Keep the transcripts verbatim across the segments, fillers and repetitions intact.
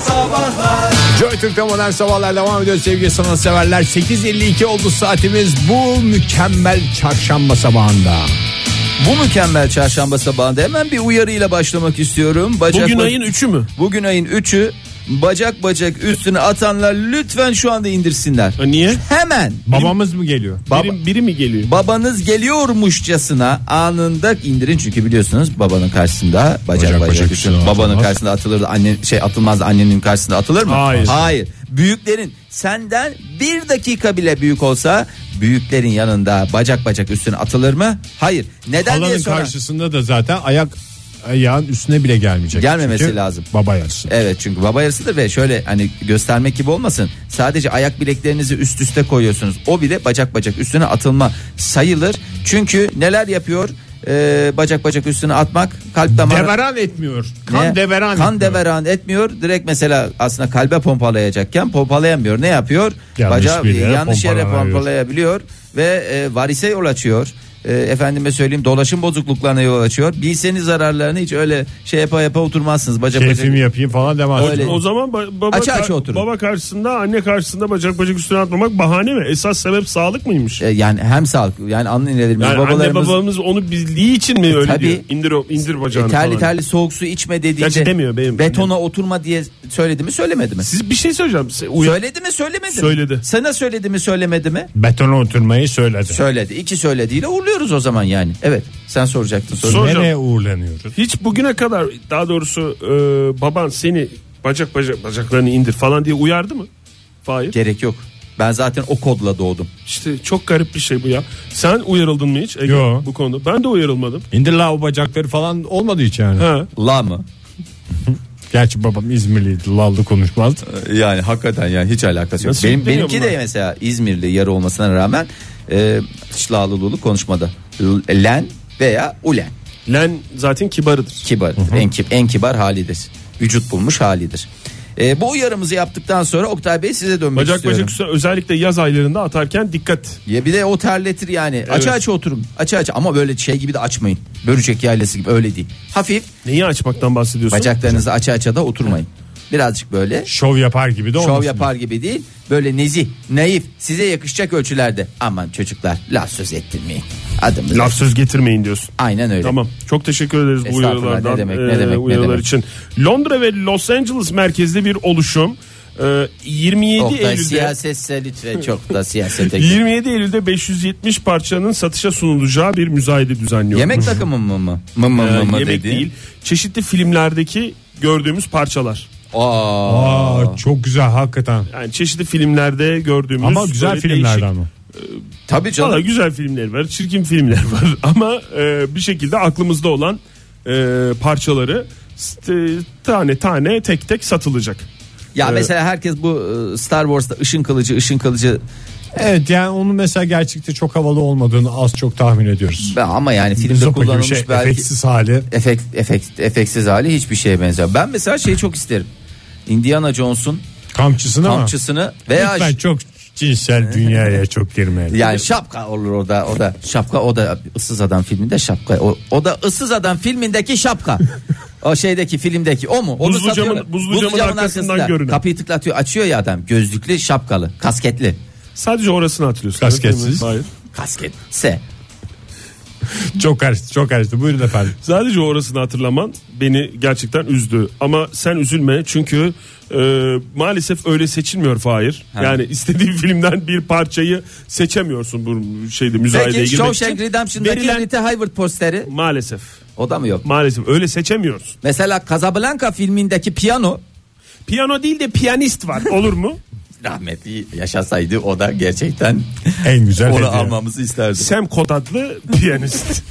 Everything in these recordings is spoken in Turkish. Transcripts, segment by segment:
Sabahlar. Joy Türk'te modern sabahlar devam ediyor sevgili sanatseverler. sekiz elli iki oldu saatimiz bu mükemmel çarşamba sabahında. Bu mükemmel çarşamba sabahında hemen bir uyarıyla başlamak istiyorum. Bacak Bugün bac- ayın üçü mü? Bugün ayın üçü. Bacak bacak üstüne atanlar lütfen şu anda indirsinler. Ha, niye? Hemen. Babamız mı geliyor? Baba- Biri, biri mi geliyor? Babanız geliyormuşçasına anında indirin, çünkü biliyorsunuz babanın karşısında bacak Bacak bacak, bacak üstüne üstüne babanın atılmaz. karşısında atılır, anne şey atılmaz, annenin karşısında atılır mı? Hayır. Hayır. Büyüklerin senden bir dakika bile büyük olsa büyüklerin yanında bacak bacak üstüne atılır mı? Hayır. Neden diye Halanın sonra. karşısında da zaten ayak ayağın üstüne bile gelmeyecek. Gelmemesi Çünkü lazım. Baba yarısı. Evet, çünkü baba yarısıdır ve şöyle hani göstermek gibi olmasın. Sadece ayak bileklerinizi üst üste koyuyorsunuz. O bile bacak bacak üstüne atılma sayılır. Çünkü neler yapıyor? Ee, bacak bacak üstüne atmak kalp damarı. Deveran etmiyor. Kan Ne? deveran Kan etmiyor. deveran etmiyor. Direkt mesela aslında kalbe pompalayacakken pompalayamıyor. Ne yapıyor? Yanlış Bacağı bir yere yanlış yere pompalanabiliyor. pompalayabiliyor ve e, varise yol açıyor. E, efendime söyleyeyim, dolaşım bozukluklarına yol açıyor. Bilseniz zararlarını hiç öyle şey yapa yapa oturmazsınız. Bacak Keyfimi bacak. yapayım falan demez. Öyle. O zaman ba- baba, Açı açı kar- oturun. baba karşısında, anne karşısında bacak bacak üstüne atmamak bahane mi? Esas sebep sağlık mıymış? E, yani hem sağlık, yani anlayın, Yani anne babalarımız babamız onu bildiği için mi öyle Tabii. diyor? İndir o, indir bacağını e, terli falan. terli soğuk su içme dediğinde Gerçi demiyor, benim- betona oturma diye söyledi mi söylemedi mi? Siz bir şey söyleyeceğim. Se- uya- Söyledi mi söylemedi mi? Söyledi. Sana söyledi mi söylemedi mi? Betona oturmayı söyledi. Söyledi. İki söylediğiyle uğurluyoruz o zaman yani. Evet, sen soracaktın soru. Sor- Nereye uğurlanıyoruz? Hiç bugüne kadar, daha doğrusu e, baban seni bacak bacak bacaklarını indir falan diye uyardı mı? Hayır. Gerek yok. Ben zaten o kodla doğdum. İşte çok garip bir şey bu ya. Sen uyarıldın mı hiç Ege, Yo. bu konuda? Ben de uyarılmadım. İndir la o bacakları falan olmadı hiç yani. Ha. La mı? Gerçi babam İzmirliydi, lallı konuşmazdı. Yani hakikaten yani hiç alakası yok. Nasıl Benim, yükleniyor benimki bunlar? de mesela İzmirli yarı olmasına rağmen e, hiç lağlılığını konuşmadı. L- Len veya ulen. Len zaten kibarıdır. Kibar. En, ki- en kibar halidir. Vücut bulmuş halidir. E, bu uyarımızı yaptıktan sonra Oktay Bey size dönmek Bacak istiyorum. bacak üstüne, özellikle yaz aylarında atarken dikkat. Ya bir de o terletir yani. Evet. Açı açı oturun. Açı açı ama böyle şey gibi de açmayın. Börücek yaylası gibi öyle değil. Hafif Neyi açmaktan bahsediyorsun? bacaklarınızı açı açı da oturmayın. Birazcık böyle Şov yapar gibi de olmasın. şov yapar gibi değil. Böyle nezih, naif, size yakışacak ölçülerde. Aman çocuklar, laf söz ettirmeyin. Adımız. Laf söz getirmeyin diyorsun. Aynen öyle. Tamam. Çok teşekkür ederiz bu Estağfurullah, uyarılardan. ne demek, ne e, demek, ne uyarılar demek. için. Londra ve Los Angeles merkezli bir oluşum. E, yirmi yedi Oktay, Eylül'de siyasetse lütfen çok da siyasete gir. yirmi yedi Eylül'de beş yüz yetmiş parçanın satışa sunulacağı bir müzayede düzenliyor. Yemek takımı mı mı? Mı mı Ee, mı mı yemek dedi. değil. Çeşitli filmlerdeki gördüğümüz parçalar. Aa. Aa, çok güzel hakikaten. Yani çeşitli filmlerde gördüğümüz. Ama güzel böyle filmlerden değişik- mi? Tabii Valla canım. güzel filmler var, çirkin filmler var ama e, bir şekilde aklımızda olan e, parçaları st- tane tane tek tek satılacak. Ya Ee, mesela herkes bu e, Star Wars'ta ışın kılıcı, ışın kılıcı Evet, yani onun mesela gerçekte çok havalı olmadığını az çok tahmin ediyoruz. ama yani filmde Zopa gibi kullanılmış şey, belki efektsiz hali. efekt, efekt, efektsiz hali hiçbir şeye benzer. Ben mesela şeyi çok isterim. Indiana Jones'un Kamçısını ama. kamçısını veya Lütfen çok cinsel dünyaya çok girmeyelim. yani şapka olur o da, o da şapka, o da ıssız adam filminde şapka, o, o da ıssız adam filmindeki şapka. O şeydeki filmdeki o mu? Onu Buzlu satıyorlar. camın- buzlu camın arkasından görünen. Kapıyı tıklatıyor, açıyor ya adam. Gözlüklü, şapkalı, kasketli. Sadece orasını hatırlıyorsun. Kasketsiz. Hayır. Kasket. Se. Çok karıştı, çok karıştı. Buyurun efendim. Sadece orasını hatırlaman beni gerçekten üzdü. Ama sen üzülme çünkü e, maalesef öyle seçilmiyor Fahir. Ha. Yani istediğin filmden bir parçayı seçemiyorsun bu şeyde müzayedeye Peki girmek Shawshank için. Redemption'daki Verilen- Rita Hayworth posteri Maalesef. o da mı yok? Maalesef öyle seçemiyoruz. Mesela Casablanca filmindeki piyano Piyano değil de piyanist var. Olur mu? rahmetli yaşasaydı o da gerçekten En güzel onu hediye. almamızı isterdim. Sam Cooke adlı piyanist.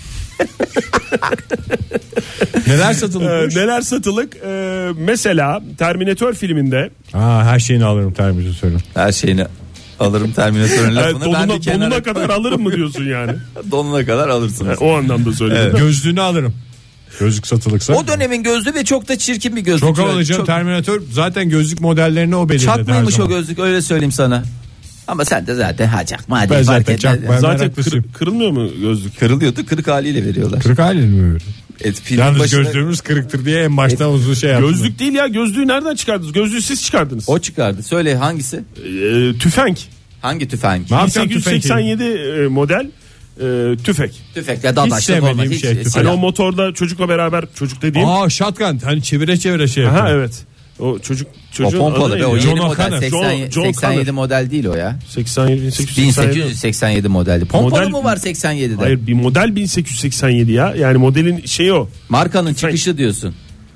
Neler Ee, satılmış? neler satılık? Ee, mesela Terminator filminde Aa, her şeyini alırım Terminator'un. Her şeyini alırım Terminator'un e, lafını ben donuna, bir kenara donuna kadar alırım mı diyorsun yani? donuna kadar alırsınız. O anlamda söyledim. Gözlüğünü alırım. Gözlük satılıksa. O dönemin gözlüğü ve çok da çirkin bir gözlük. çok havalı canım. Çok- Terminator zaten gözlük modellerini o belirledi. her Çakmaymış o zaman. gözlük, öyle söyleyeyim sana. Ama sen de zaten ha çakma hadi Ben fark zaten etmez. çakma. Ben Zaten meraklısıyım. kır- kırılmıyor mu gözlük? Kırılıyordu, kırık haliyle veriyorlar. Kırık halini mi veriyor? Et, filmin Yalnız başına- gözlüğümüz kırıktır diye en baştan uzun şey yaptım. Gözlük değil ya, gözlüğü nereden çıkardınız? Gözlüğü siz çıkardınız. O çıkardı. Söyle hangisi? Ee, tüfenk. Hangi tüfek? Ne bin yapacağım sekiz yüz seksen yedi e, model e, tüfek. Tüfekle dadaşla sevmediğim olmaz. Hiç şey tüfek. Hani silah. o motorda çocukla beraber, çocuk dediğim. Aa shotgun hani çevire çevire şey Aha, yapıyor. evet. O çocuk O çocuğun pompalı adı be, neydi o ya? yeni John model. O'Connor. seksen, John- John seksen yedi Connor. model değil o ya. seksen yedi bin sekiz yüz bin seksen yedi. sekiz yüz seksen yedi modeldi. Pompalı Model- mı var seksen yedide? Hayır, bir model bin sekiz yüz seksen yedi ya. Yani modelin şeyi o. Markanın Tüfek. çıkışı diyorsun.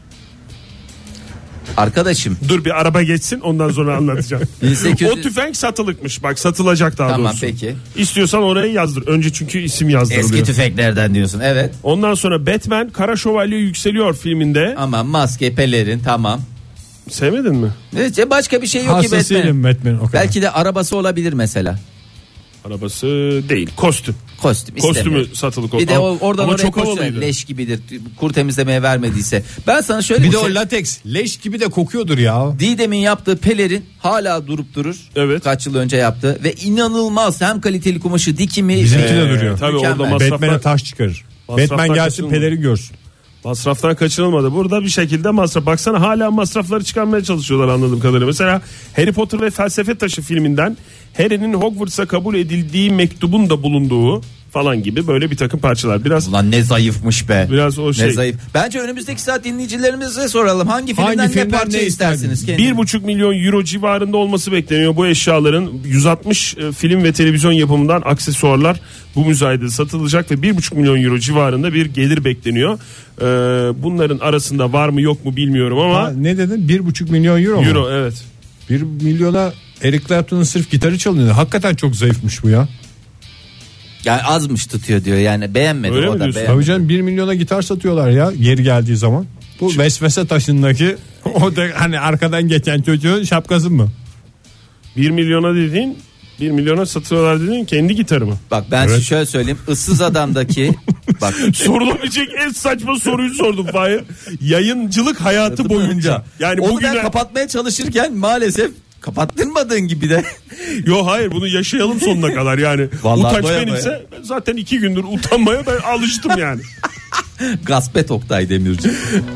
Arkadaşım. Dur bir araba geçsin, ondan sonra anlatacağım. bin sekiz yüz O tüfek satılıkmış. Bak, satılacak daha Tamam, doğrusu. peki. İstiyorsan oraya yazdır. Önce çünkü isim yazdırılıyor. Eski tüfeklerden diyorsun, evet. Ondan sonra Batman Kara Şövalye yükseliyor filminde. Ama maske, pelerin, tamam. Sevmedin mi? Evet, başka bir şey yok ki Hastasıyım Batman. Batman o kadar. Belki de arabası olabilir mesela. Arabası değil, kostüm. Kostüm Kostümü istemiyorum. satılık oldu. Bir de o, oradan Ama oraya çok koşuyor. havalıydı. Leş gibidir. Kur temizlemeye vermediyse. Ben sana şöyle Bir bir de şey... o lateks leş gibi de kokuyordur ya. Didem'in yaptığı pelerin hala durup durur. Evet. Kaç yıl önce yaptı ve inanılmaz, hem kaliteli kumaşı, dikimi. Bizimki de Ee, duruyor. Tabii Mükemmel. orada masraflar, Batman'e taş çıkarır. Masraftan Batman gelsin kaçınılmadı. pelerin görsün. masraftan kaçınılmadı. Burada bir şekilde masraf. Baksana hala masrafları çıkarmaya çalışıyorlar anladığım kadarıyla. Mesela Harry Potter ve Felsefe Taşı filminden Harry'nin Hogwarts'a kabul edildiği mektubun da bulunduğu falan gibi böyle bir takım parçalar. Biraz Ulan ne zayıfmış be. Biraz o şey. Ne zayıf. Bence önümüzdeki saat dinleyicilerimize soralım. Hangi filmden Hangi ne filmden parça ne istersiniz? Kendi- bir buçuk milyon euro civarında olması bekleniyor bu eşyaların. yüz altmış e, film ve televizyon yapımından aksesuarlar bu müzayede satılacak ve bir buçuk milyon euro civarında bir gelir bekleniyor. Ee, bunların arasında var mı yok mu bilmiyorum ama Ha, ne dedin? Bir buçuk milyon euro mu? euro, evet. Bir milyona Eric Clapton'un sırf gitarı çalınıyor. Hakikaten çok zayıfmış bu ya. Yani azmış tutuyor diyor, yani beğenmedi Öyle o mi da diyorsun? beğenmedi. Tabii canım bir milyona gitar satıyorlar ya geri geldiği zaman. Bu vesvese taşındaki o da hani arkadan geçen çocuğun şapkası mı? bir milyona dediğin bir milyona satıyorlar dediğin kendi gitarı mı? Bak ben Evet. size şöyle söyleyeyim, ıssız adamdaki bak Sorulabilecek en saçma soruyu sordum Fahir. Yayıncılık hayatı boyunca. Yani onu bugüne... ben kapatmaya çalışırken maalesef kapattırmadığın gibi de. Yo hayır, bunu yaşayalım sonuna kadar yani. Vallahi Utanç doya benimse zaten iki gündür utanmaya ben alıştım yani. Gaspet Oktay Demirci.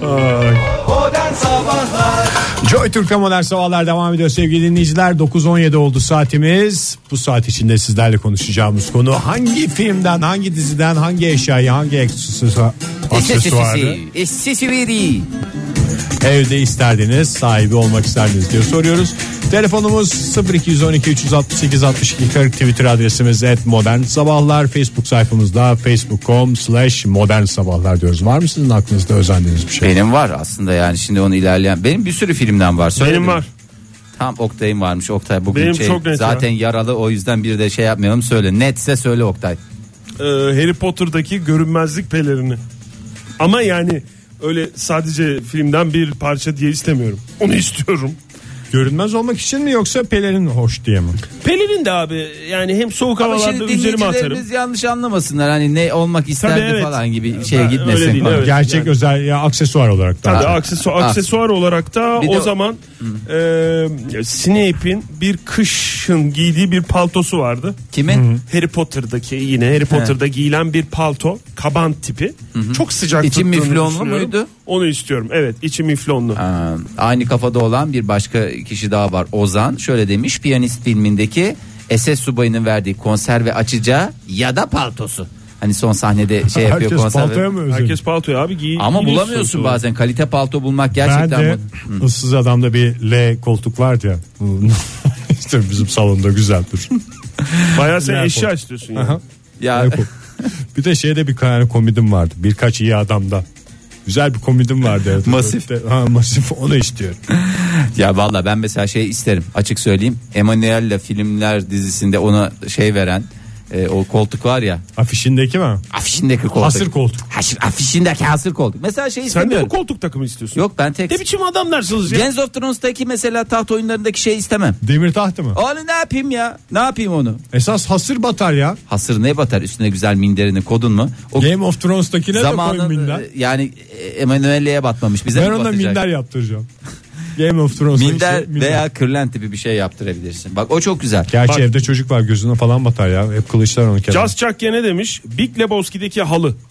Joy Türk'te modern sabahlar devam ediyor sevgili dinleyiciler. dokuz on yedi oldu saatimiz. Bu saat içinde sizlerle konuşacağımız konu hangi filmden, hangi diziden, hangi eşyayı, hangi aksesuarı, aksesuarı Accessory. evde isterdiniz, sahibi olmak isterdiniz diye soruyoruz. Telefonumuz sıfır iki on iki üç altı sekiz altmış iki kırk, Twitter adresimiz et modern sabahlar, Facebook sayfamızda facebook nokta com slash modern sabahlar diyoruz. Var mı sizin aklınızda özendiğiniz bir şey? Benim var aslında, yani şimdi onu ilerleyen. Benim bir sürü filmden var. Söyledim. Benim var. Tam Oktay'ım varmış. Oktay bugün Benim şey, çok net zaten yaralı, o yüzden bir de şey yapmayalım, söyle. Netse söyle Oktay. Ee, Harry Potter'daki görünmezlik pelerini. Ama yani öyle sadece filmden bir parça diye istemiyorum. Onu istiyorum. Görünmez olmak için mi yoksa pelerin hoş diye mi? Pelerin de abi yani hem soğuk Ama havalarda şimdi üzerime atarım. dinleyicilerimiz yanlış anlamasınlar. Hani ne olmak isterdi Tabii, evet. falan gibi şeye Ha, gitmesin. öyle değil, falan. evet. Gerçek yani. özel ya aksesuar olarak da. Tabii Ha. aksesuar, Ha. aksesuar olarak da Bir o de- zaman e, Snape'in bir kışın giydiği bir paltosu vardı. Kimin? Harry Potter'daki yine Harry Potter'da giyilen bir palto, kaban tipi. Çok sıcak İçi tuttuğunu miflonlu düşünüyorum. muydu? Onu istiyorum. Evet, içi miflonlu. Aa, aynı kafada olan bir başka kişi daha var, Ozan. Şöyle demiş: Piyanist filmindeki S S subayının verdiği konserve açacağı ya da paltosu. Hani son sahnede şey yapıyor, Herkes konserve. paltoya mı özeniyor? Herkes paltoya abi giy. Ama giyiniyor bulamıyorsun sonuç olarak. bazen. Kalite palto bulmak Ben gerçekten de bu- ıssız adamda bir L koltuk vardı ya. İşte bizim salonda güzeldir. Bayağı sen L eşya koltuk. istiyorsun yani. Aha. ya L koltuk. Bir de şeyde bir tane komedim vardı. Birkaç iyi adamda. Güzel bir komedim vardı. Evet. Masif. Ha, masif, onu istiyorum. ya valla ben mesela şey isterim, açık söyleyeyim. Emanuel'le filmler dizisinde ona şey veren e, o koltuk var ya. Afişindeki mi? Afişindeki koltuk. Hasır koltuk. Haşır, afişindeki hasır koltuk. Mesela şey Sen de istemiyorum. mi koltuk takımı istiyorsun? Yok, ben tek. Ne biçim adamlarsınız ya? Games of Thrones'taki mesela taht oyunlarındaki şey istemem. Demir tahtı mı? Onu ne yapayım ya? Ne yapayım onu? Esas hasır batar ya. Hasır ne batar, üstüne güzel minderini kodun mu? O Game of Thrones'takine de koy minder. yani Emanuel'e batmamış. Bize Ben mi ona batacak? minder yaptıracağım. Game of Thrones'taki Minder şey, veya kırlent tipi bir şey yaptırabilirsin. Bak o çok güzel. Gerçi Bak- evde çocuk var, gözüne falan batar ya. Hep kılıçlar onu kenara. Just Chuck ne demiş? Big Lebowski'deki halı.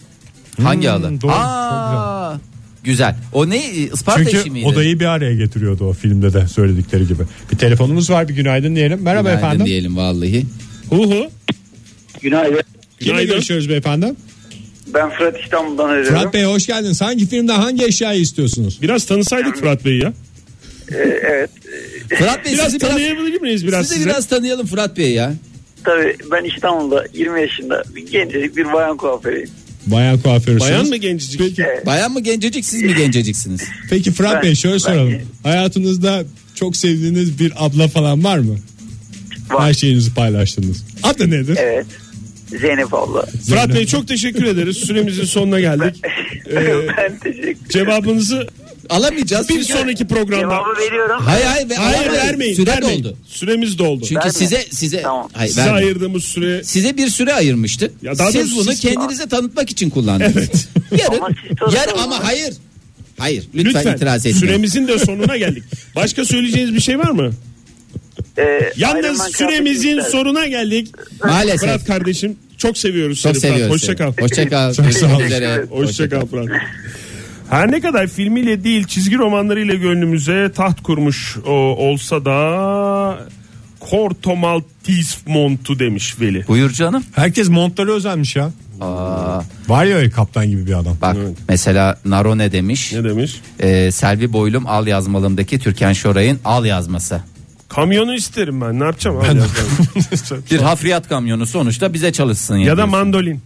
Hangi Hmm, halı? doğru, Aa, güzel. O ne? Isparta işi Çünkü miydi? odayı bir araya getiriyordu o filmde de söyledikleri gibi. Bir telefonumuz var, bir günaydın diyelim. Merhaba Günaydın efendim. diyelim vallahi. Hu hu. Günaydın. Kimle Günaydın. görüşüyoruz beyefendi? Ben Fırat İstanbul'dan arıyorum. Fırat Bey hoş geldiniz. Hangi filmden hangi eşyayı istiyorsunuz? Biraz tanısaydık Fırat Bey'i ya. Ee, evet. Fırat Bey Biraz sizi biraz, tanıyabilir miyiz biraz sizi size? biraz tanıyalım Fırat Bey ya. Tabii ben İstanbul'da yirmi yaşında bir gencecik bir bayan kuaförüyüm. Bayan kuaförüsünüz. Bayan mı gencecik? Peki, Evet. Bayan mı gencecik siz mi genceciksiniz? peki Fırat Ben- Bey şöyle ben- soralım. Hayatınızda çok sevdiğiniz bir abla falan var mı? Var. Her şeyinizi paylaştınız. Adı nedir? Evet. Zeynep abla. Fırat Bey çok teşekkür ederiz. Süremizin sonuna geldik. Ee, ben teşekkür cevabınızı Alamayacağız. bir çünkü- sonraki programda. Cevabı veriyorum. Hayır hayır. ve- Hayır alamayız. vermeyin. Süre vermeyin. doldu. Süremiz doldu. Çünkü Verme. size size Tamam. hayır, Size verme. ayırdığımız süre Size bir süre ayırmıştık. Ya daha Siz doğrusu bunu siz- kendinize tanıtmak için kullandınız. Evet. Yarın, Ama siz tanıtın yarın ama. ama hayır. Hayır lütfen, lütfen itiraz etmeyin. süremizin de sonuna geldik. Başka söyleyeceğiniz bir şey var mı? Ee, Yalnız Iron Man süremizin kıyafeti sonuna geldik. Maalesef. Fırat kardeşim çok seviyoruz Çok seni Fırat. seviyoruz. Hoşça kal. Hoşça kal. Çok sağ olun. Görüşmek üzere. Hoşça kal Fırat. Her ne kadar filmiyle değil çizgi romanlarıyla gönlümüze taht kurmuş o, olsa da Corto Maltese demiş Veli. Buyur canım. Herkes montları özenmiş ya. Aa, Var ya öyle kaptan gibi bir adam. bak Evet. mesela Naro ne demiş? Ne demiş? Ee, Selvi Boylum al yazmalımdaki Türkan Şoray'ın al yazması. Kamyonu isterim ben. Ne yapacağım? Abi yazdan. Bir hafriyat kamyonu sonuçta bize çalışsın. ya da diyorsun. mandolin.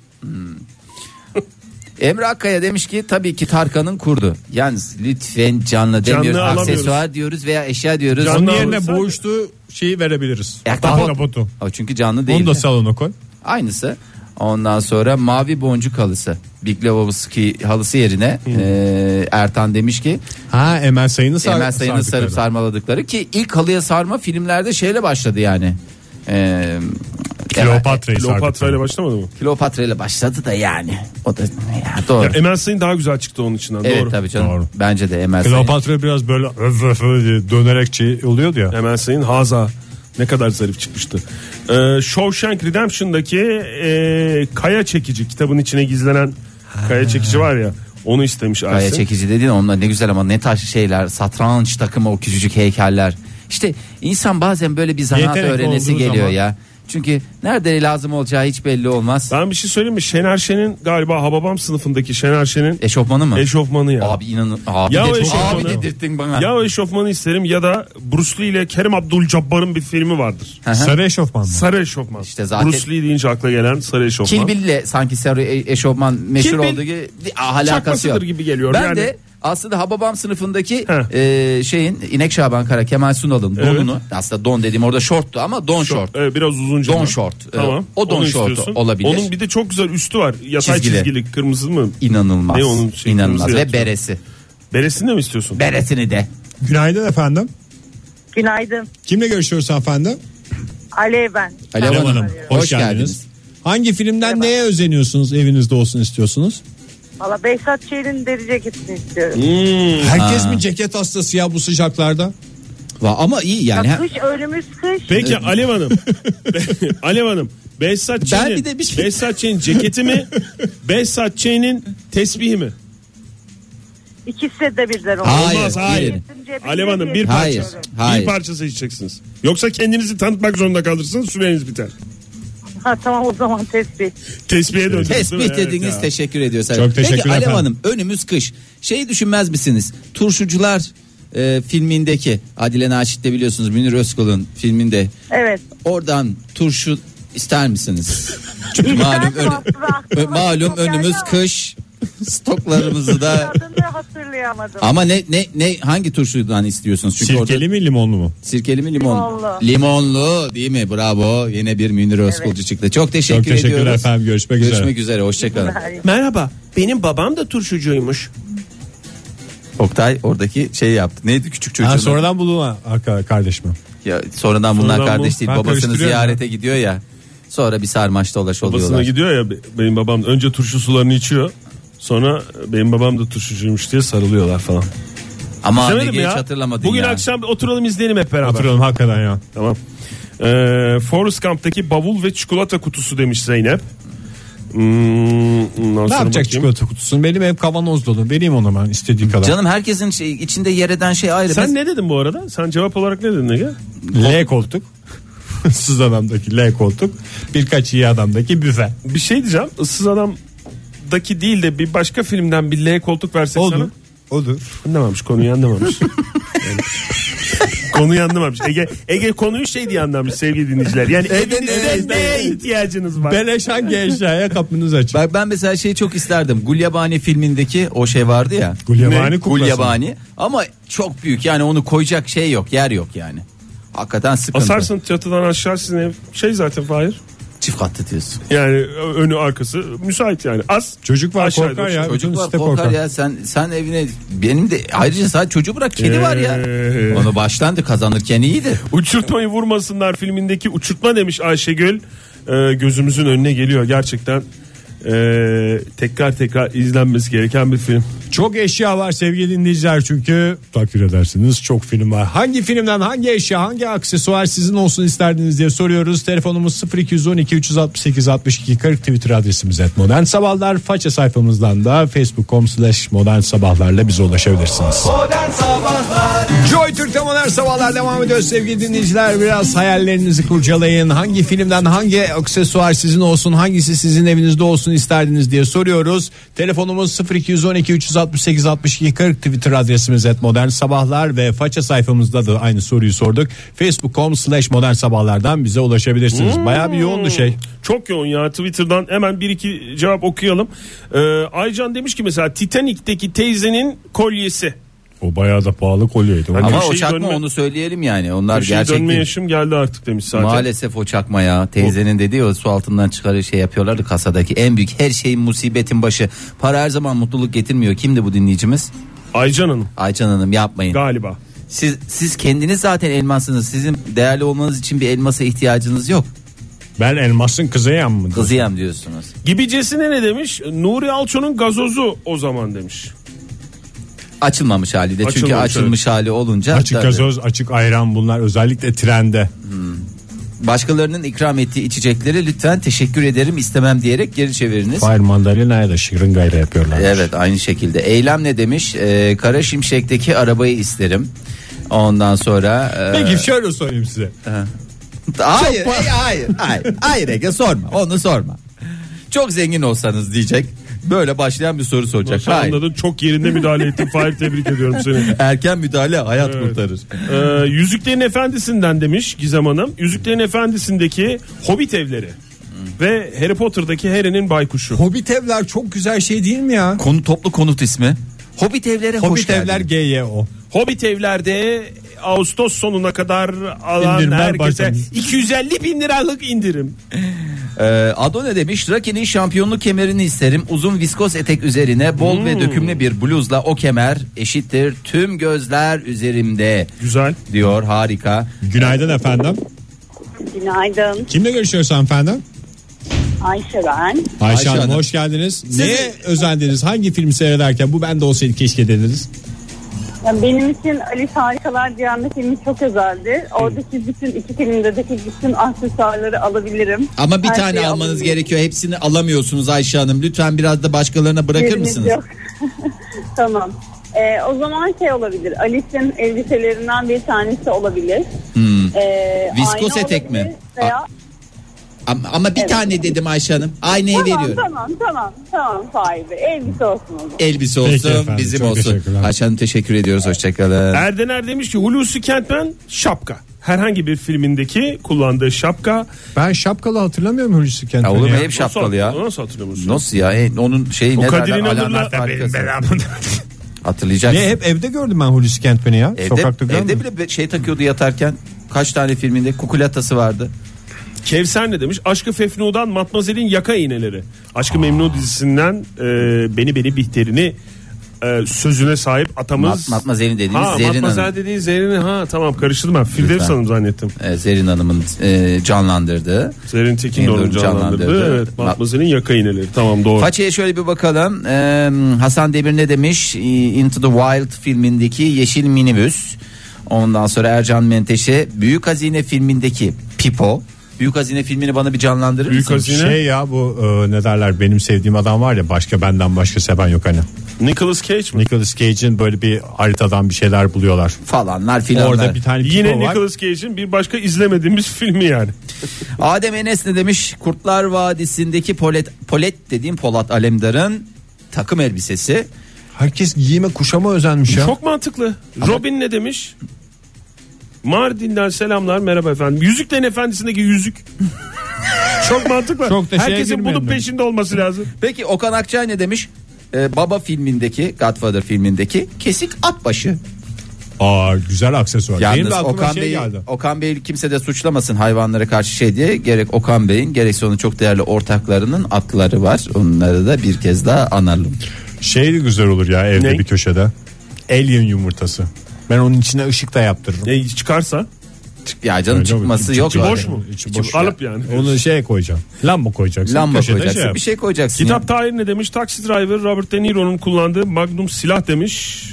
Emre Akkaya demiş ki tabii ki Tarkan'ın kurdu. Yalnız lütfen canlı demiyoruz. Canlı alamıyoruz. Aksesuar diyoruz veya eşya diyoruz. Canlı Onun alırsak- yerine boğuştu şeyi verebiliriz. Ahtapot. Ahtapotu. O çünkü canlı değil. Onu da de. salona koy. Aynısı. Ondan sonra mavi boncuk halısı. Big Lebowski halısı yerine e, Ertan demiş ki Ha Emel Sayın'ı sar- Emel Sayın'ın sarıp sardıkları. sarmaladıkları ki ilk halıya sarma filmlerde şeyle başladı yani. E, Kleopatra'yı Kleopatra ile sardıkları. başlamadı mı? Kleopatra ile başladı da yani. O da ya, doğru. Ya Emel Sayın daha güzel çıktı onun içinden. Evet Doğru. tabii canım. Doğru. Bence de Emel Sayın. Kleopatra biraz böyle öf öf öf diye dönerek şey oluyordu ya. Emel Sayın Haza. Ne kadar zarif çıkmıştı. Ee, Shawshank Redemption'daki e, kaya çekici kitabın içine gizlenen kaya çekici var ya, onu istemiş Kaya Ersin. çekici dediğin onlar ne güzel ama ne taş şeyler, satranç takımı, o küçücük heykeller. İşte insan bazen böyle bir zanaat Yetenek öğrenesi olduğu geliyor zaman. ya. Çünkü nerede lazım olacağı hiç belli olmaz. Ben bir şey söyleyeyim mi? Şener Şen'in galiba Hababam sınıfındaki Şener Şen'in Eşofmanı mı? eşofmanı ya. Abi inanın abi, Ya o de, eşofmanı. abi dedirttin bana. Ya o eşofmanı isterim ya da Bruce Lee ile Kerim Abdul-Jabbar'ın bir filmi vardır. Hı hı. Sarı eşofman mı? Sarı eşofman. İşte zaten- Bruce Lee deyince akla gelen sarı eşofman. Kill Bill'le sanki sarı e- eşofman meşhur Kill Bill olduğu gibi bir alakası çakmasıdır yok. gibi geliyor. Ben Yani- de aslında Hababam sınıfındaki Heh. e, şeyin İnek Şaban Kara Kemal Sunal'ın Evet. donunu, aslında don dediğim orada şorttu ama don şort. Evet, biraz uzunca. Don ama. şort. Tamam. Ee, o don Onu şortu istiyorsun. olabilir. Onun bir de çok güzel üstü var. Yatay Çizgili. çizgili. Kırmızı mı? İnanılmaz. Ne onun şey, İnanılmaz kırmızı ve yatıyor. beresi. Beresini de mi istiyorsun? Beresini de. Günaydın efendim. Günaydın. Kimle görüşüyoruz hanımefendi? Alev ben. Alev Alev Hanım. Hanım. Hoş, Hoş geldiniz. geldiniz. Hangi filmden neye özeniyorsunuz, evinizde olsun istiyorsunuz? Valla Behzat Ç'nin deri ceketini istiyorum. Hmm. Herkes Ha. mi ceket hastası ya bu sıcaklarda? Va- Ama iyi yani. Ya ha- kış önümüz kış. Peki Alev Hanım. Alev Hanım. Behzat Ben Ç'nin bir de bir şey- Behzat Ç'nin ceketi mi? Behzat Ç'nin tesbihi mi? İkisi de birden olur. Hayır, Olmaz, hayır. biri. Alev Hanım bir Hayır, parça. hayır. Bir parça seçeceksiniz. Yoksa kendinizi tanıtmak zorunda kalırsınız, süreniz biter. Ha, tamam o zaman tespih. Tesbihe döndünüz. değil mi? Tespih Evet dediniz, ya. teşekkür ediyoruz. Çok teşekkürler Peki Alev efendim. Hanım, önümüz kış. Şeyi düşünmez misiniz? Turşucular e, filmindeki Adile Naşit'te biliyorsunuz Münir Özkul'un filminde, Evet. oradan turşu ister misiniz? Çünkü malum İsterdim önü- aslında, Ö- aklıma malum çok geldi önümüz ama kış. Stoklarımızı da Adını hatırlayamadım. ama ne ne ne hangi turşudan istiyorsunuz? Çünkü Sirkeli orada mi limonlu mu? sirkeli mi limon? Limonlu. Limonlu değil mi? Bravo. Yine bir Münir Özkulcu çıktı. Çok teşekkür Çok teşekkürler ediyoruz. efendim, görüşmek üzere. Görüşmek üzere. Hoşçakalın. Merhaba. Benim babam da turşucuymuş. Oktay oradaki şeyi yaptı. Neydi küçük çocuğun? Ha, sonradan bulun arka kardeşim. Ya, sonradan bunlar Sonradan kardeş bu. değil. Ben Babasını karıştırıyorum ziyarete gidiyor ya. Sonra bir sarmaş dolaş Babasına oluyorlar. gidiyor ya, be- benim babam önce turşu sularını içiyor. Sonra benim babam da turşucuymuş diye sarılıyorlar falan. Ama ne İzlemedim hiç ya. hatırlamadın Bugün ya. akşam oturalım izleyelim hep beraber. Oturalım hakikaten ya. Tamam. Ee, Forrest Gump'taki bavul ve çikolata kutusu demiş Zeynep. Hmm, ne yapacak çikolata kutusunu? Benim ev kavanoz dolu. Vereyim ona ben istediği kadar. Canım herkesin şey, içinde yer eden şey ayrı. Sen Biz... ne dedin bu arada? Sen cevap olarak ne dedin Ege? L koltuk. Issız adamdaki L koltuk. Birkaç iyi adamdaki büfe. Bir şey diyeceğim. Issız adamdaki değil de bir başka filmden bir L koltuk versek Olur. sana. Olur. Anlamamış, konuyu anlamamış. Yani, konuyu anlamamış. Ege Ege konuyu şey diye anlamış sevgili dinleyiciler. Yani evinizde neye ihtiyacınız var? Beleş hangi eşyaya kapınız açık? Bak ben mesela şeyi çok isterdim. Gulyabani filmindeki o şey vardı ya. Gulyabani kuklası. Gulyabani ama çok büyük, yani onu koyacak şey yok, yer yok yani. Hakikaten sıkıntı. Asarsın çatıdan aşağı, sizin ev şey zaten Fahir. Çift katlı diyorsun. Yani önü arkası müsait yani. Az çocuk var aşağıda korkar ya. Çocuk Bütün var site korkar ya, sen sen evine, benim de ayrıca sadece çocuğu bırak, kedi var ya. Ee. Onu başlandı, kazanırken iyiydi. Uçurtmayı vurmasınlar filmindeki uçurtma demiş Ayşegül. Ee, gözümüzün önüne geliyor gerçekten. Ee, tekrar tekrar izlenmesi gereken bir film. Çok eşya var sevgili dinleyiciler, çünkü takdir edersiniz çok film var. Hangi filmden hangi eşya, hangi aksesuar sizin olsun isterdiniz diye soruyoruz. Telefonumuz sıfır iki on iki üç altı sekiz altmış iki kırk, Twitter adresimiz et modern sabahlar. Faça sayfamızdan da facebook nokta com slash modern sabahlarla bize ulaşabilirsiniz. Modern Sabahlar. Joy Türk'te modern sabahlar devam ediyor sevgili dinleyiciler. Biraz hayallerinizi kurcalayın. Hangi filmden hangi aksesuar sizin olsun, hangisi sizin evinizde olsun isterdiniz diye soruyoruz. Telefonumuz sıfır iki on iki üç altı sekiz altmış iki kırk, Twitter adresimiz et modern sabahlar ve faça sayfamızda da aynı soruyu sorduk. facebook nokta com slash modern sabahlardan bize ulaşabilirsiniz. Hmm. Bayağı bir yoğundu şey. Çok yoğun ya. Twitter'dan hemen bir iki cevap okuyalım. Ee, Aycan demiş ki mesela Titanic'teki teyzenin kolyesi. O bayağı da pahalı kolyeydi. Ama bir o şey çakma, dönme, onu söyleyelim yani. Onlar bir şey gerçek dönme değil. yaşım geldi artık demiş zaten. Maalesef o çakma ya. Teyzenin dediği o su altından çıkarı şey yapıyorlardı kasadaki. En büyük her şeyin musibetin başı. Para her zaman mutluluk getirmiyor. Kimdi bu dinleyicimiz? Aycan Hanım Aycan Hanım, yapmayın. galiba. Siz siz kendiniz zaten elmassınız. Sizin değerli olmanız için bir elmasa ihtiyacınız yok. Ben elmasın kızıyam mı? Kızıyam diyorsunuz. Gibicesine ne demiş? Nuri Alço'nun gazozu o zaman demiş. Açılmamış hali de, çünkü Açılmamış, açılmış hali olunca. Açık tabii. gazoz, açık ayran, bunlar özellikle trende. Başkalarının ikram ettiği içecekleri lütfen teşekkür ederim istemem diyerek geri çeviriniz. Fire mandalina'ya da şırıngayla yapıyorlar. Evet, aynı şekilde. Eylem ne demiş? Ee, Kara Şimşek'teki arabayı isterim. Ondan sonra. E... Peki şöyle sorayım size. Hayır, hayır, hayır, hayır, hayır Ege, sorma, onu sorma. Çok zengin olsanız diyecek. Böyle başlayan bir soru soracak. Nasıl Hayır. anladın? Çok yerinde müdahale ettin. Fahir, tebrik ediyorum seni. Erken müdahale hayat Evet. kurtarır. Ee, Yüzüklerin Efendisi'nden demiş Gizem Hanım. Yüzüklerin Efendisi'ndeki Hobbit evleri. Ve Harry Potter'daki Harry'nin baykuşu. Hobbit evler çok güzel şey değil mi ya? Konu toplu konut ismi. Hobbit evlere hoş Hobbit geldin. evler G Y O. Hobbit evlerde Ağustos sonuna kadar alan İndirimler herkese başlamış. iki yüz elli bin liralık indirim. Ee, Ado ne demiş? Rocky'nin şampiyonluk kemerini isterim. Uzun viskos etek üzerine bol Hmm. ve dökümlü bir bluzla o kemer eşittir tüm gözler üzerimde Güzel. diyor. Harika. Günaydın efendim. Günaydın. Kimle görüşüyoruz efendim? Ayşe ben. Ayşe, Ayşe Hanım, Hanım. hoş geldiniz. Neye özendiniz? Hangi filmi seyrederken bu bende olsaydı keşke dediniz? Yani benim için Alice Harikalar Diyarı'nda filmi çok özeldi. Oradaki bütün iki filmdeki bütün aksesuarları alabilirim. Ama bir Her tane şeyi almanız alabilirim. gerekiyor. Hepsini alamıyorsunuz Ayşe Hanım. Lütfen biraz da başkalarına bırakır Yerimiz mısınız? yok. Tamam. Ee, o zaman şey olabilir. Alice'in elbiselerinden bir tanesi olabilir. Hmm. Ee, Viskos ayna etek mi? olabilir Veya... Ama, ama bir Evet. tane dedim Ayşe Hanım. Aynayı Tamam, veriyorum. tamam tamam tamam Fahir Bey. Elbise olsun o zaman. Elbise Peki olsun, efendim, bizim çok olsun. teşekkürler. Ayşe Hanım teşekkür ediyoruz. Hoşçakalın. Erdener demiş ki Hulusi Kentmen şapka. Herhangi bir filmindeki kullandığı şapka. Ben şapkalı hatırlamıyorum Hulusi Ya Kentmen'i. olur mu, ya. hep şapkalı ya. Nasıl hatırlamıyorsun? Nasıl ya? E, onun şeyi O ne Kadir derler? İnanır'la Alamet farikası. belamı. Hatırlayacaksın. Ne, hep evde gördüm ben Hulusi Kentmen'i ya. Evde, Sokakta evde görmedim. bile bir şey takıyordu yatarken. Kaç tane filminde kukulatası vardı. Kevser ne demiş? Aşkı Fefnu'dan Matmazel'in yaka iğneleri. Aşkı Memnu dizisinden e, Beni Beni Bihter'ini e, sözüne sahip atamız. Mat, Matmazel'in dediğimiz Ha, Zerrin Matmazel Hanım. dediği Zerrin. Ha tamam, karıştırdım ben. Firdevs Lütfen. Hanım zannettim. Ee, Zerrin Hanım'ın e, canlandırdığı. Zerrin Tekin de onu Canlandırdı. canlandırdı. Evet, Matmazel'in yaka iğneleri. Tamam, doğru. Façaya şöyle bir bakalım. Ee, Hasan Demir ne demiş? Into the Wild filmindeki yeşil minibüs. Ondan sonra Ercan Menteşe Büyük Hazine filmindeki Pipo. Büyük Hazine filmini bana bir canlandırır Büyük mısın? Hazine. Şey ya bu e, ne derler benim sevdiğim adam var ya başka benden başka seven yok hani. Nicolas Cage mi? Nicolas Cage'in böyle bir haritadan bir şeyler buluyorlar. Falanlar filanlar. Orada bir tane Yine pipo var. Nicolas Cage'in bir başka izlemediğimiz filmi yani. Adem Enes ne demiş? Kurtlar Vadisi'ndeki Polet, Polet dediğim Polat Alemdar'ın takım elbisesi. Herkes giyime kuşama özenmiş ya. Çok mantıklı. Robin ne demiş? Mardin'den selamlar, merhaba efendim. Yüzüklerin Efendisi'ndeki yüzük. Çok mantıklı. Çok da şeye Herkesin bunun girmeyelim. peşinde olması lazım. Peki Okan Akçay ne demiş? Ee, Baba filmindeki, Godfather filmindeki kesik at başı. Aa güzel aksesuar. Benim Yalnız de aklıma Okan şey Bey, geldi. Okan Bey kimse de suçlamasın hayvanlara karşı şey diye. Gerek Okan Bey'in gerekse onun çok değerli ortaklarının atları var. Onları da bir kez daha analım. Şey de güzel olur ya evde Ne? bir köşede. Alien yumurtası. Ben onun içine ışık da yaptırırım. E, çıkarsa Ya canım Öyle çıkması mi? yok. İçi öyle. boş mu? İçi İçi boş. alıp yani. Onu şeye koyacağım. Lamba koyacaksın. Lamba Köşede koyacaksın. şey yap. bir şey koyacaksın. Kitap ya. Tahir ne demiş? Taxi Driver Robert De Niro'nun kullandığı Magnum silah demiş.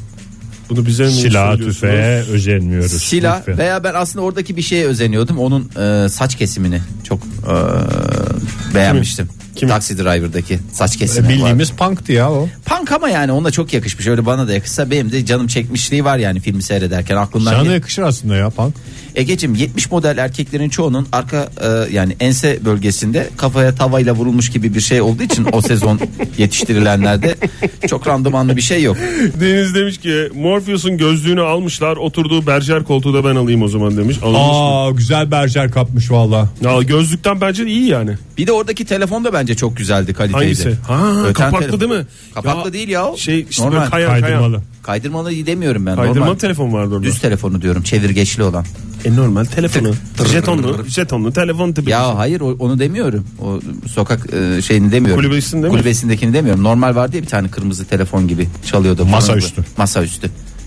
Bunu bize mi Silah söylüyorsunuz? tüfeğe özenmiyoruz. Silah Lütfen. veya ben aslında oradaki bir şeye özeniyordum. Onun e, saç kesimini çok e, beğenmiştim. Kimin? Taxi Driver'daki saç kesimi. Bildiğimiz punk'tı ya o. Punk ama yani ona çok yakışmış. Öyle bana da yakışsa benim de canım çekmişliği var yani filmi seyrederken aklımdan. Sana da gel- yakışır aslında ya punk. Egeciğim yetmiş model erkeklerin çoğunun arka e, yani ense bölgesinde kafaya tavayla vurulmuş gibi bir şey olduğu için o sezon yetiştirilenlerde çok randımanlı bir şey yok. Deniz demiş ki Morpheus'un gözlüğünü almışlar, oturduğu berjer koltuğu da ben alayım o zaman demiş. Alınmış mı? Aa güzel berjer kapmış valla. Ya gözlükten bence de iyi yani. Bir de oradaki telefon da bence çok güzeldi, kaliteydi. Hangisi? Ha, Öten kapaklı telefon. değil mi? Kapaklı Ya, değil ya o. Şey işte Normal. böyle kayan Kaydırmalı. kayan. Kaydırmalı demiyorum ben. Kaydırmalı normal. telefon vardı orada. Düz telefonu diyorum, çevirgeçli olan. E normal telefonu. Tık, tır, Jetonlu, tır. jetonlu telefon tipi. Ya hayır o- onu demiyorum. O sokak e, şeyini demiyorum. Kulübesinde mi? Kulübesindekini demiyorum. Normal vardı ya bir tane kırmızı telefon gibi çalıyordu. Masaüstü. Masaüstü.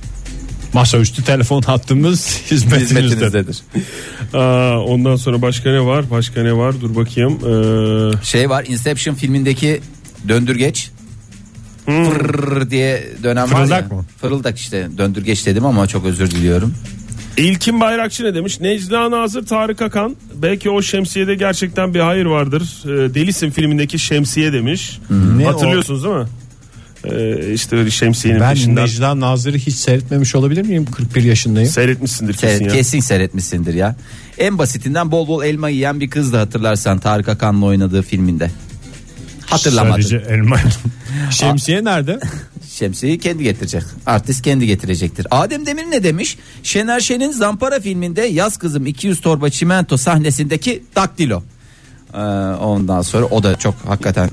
Masaüstü telefon hattımız hizmetinizde. Hizmetinizdedir. Aa, ondan sonra başka ne var? Başka ne var? Dur bakayım. Ee, Şey var, Inception filmindeki döndürgeç. Hmm. Fırrrr diye dönem var ya. Fırıldak mı? Fırıldak işte. Döndürgeç dedim ama çok özür diliyorum. İlkin Bayrakçı ne demiş? Necla Nazır, Tarık Akan. Belki o şemsiyede gerçekten bir hayır vardır. Ee, Delisin filmindeki şemsiye demiş. Ne Hatırlıyorsunuz değil mi? Ee, işte öyle şemsiyenin Ben peşinden. Necla Nazır'ı hiç seyretmemiş olabilir miyim? kırk bir yaşındayım. Seyretmişsindir kesin Seyret, ya. kesin seyretmişsindir ya. En basitinden bol bol elma yiyen bir kız da hatırlarsan Tarık Akan'la oynadığı filminde. Hatırlamadın. Sadece elma. Şemsiye nerede? Şemsiyeyi kendi getirecek. Artist kendi getirecektir. Adem Demir ne demiş? Şener Şen'in Zampara filminde Yaz Kızım iki yüz torba çimento sahnesindeki daktilo. Ee, ondan sonra o da çok hakikaten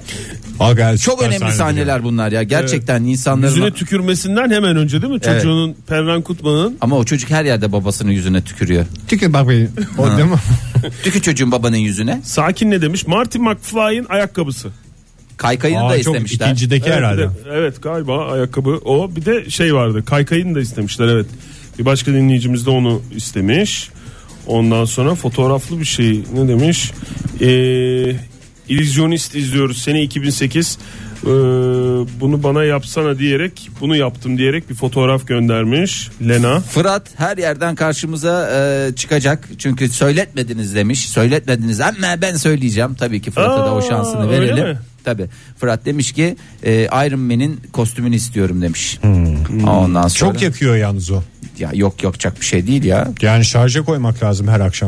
Aga, çok süper önemli sahnedir sahneler ya. bunlar ya. Gerçekten insanların... Yüzüne tükürmesinden hemen önce değil mi? Evet. Çocuğunun Perran Kutman'ın. Ama o çocuk her yerde babasının yüzüne tükürüyor. Tükür bak benim. O değil mi? Tükür çocuğun babanın yüzüne. Sakin ne demiş? Marty McFly'in ayakkabısı. Kaykayını Aa, da çok istemişler. ikincideki Evet, bir herhalde. de- evet galiba ayakkabı o. Bir de şey vardı. Kaykayını da istemişler evet. Bir başka dinleyicimiz de onu istemiş. Ondan sonra fotoğraflı bir şey ne demiş? Eee İllüzyonist izliyoruz. Sene iki bin sekiz. Ee, bunu bana yapsana diyerek, bunu yaptım diyerek bir fotoğraf göndermiş Lena. Fırat her yerden karşımıza e, çıkacak. Çünkü söyletmediniz demiş. Söyletmediniz ama ben söyleyeceğim. Tabii ki Fırat'a da o Aa, şansını öyle verelim. mi? Tabii. Fırat demiş ki e, Iron Man'in kostümünü istiyorum demiş. Ondan sonra Çok yakıyor yalnız o. ya yok yokacak bir şey değil ya. Yani şarja koymak lazım her akşam.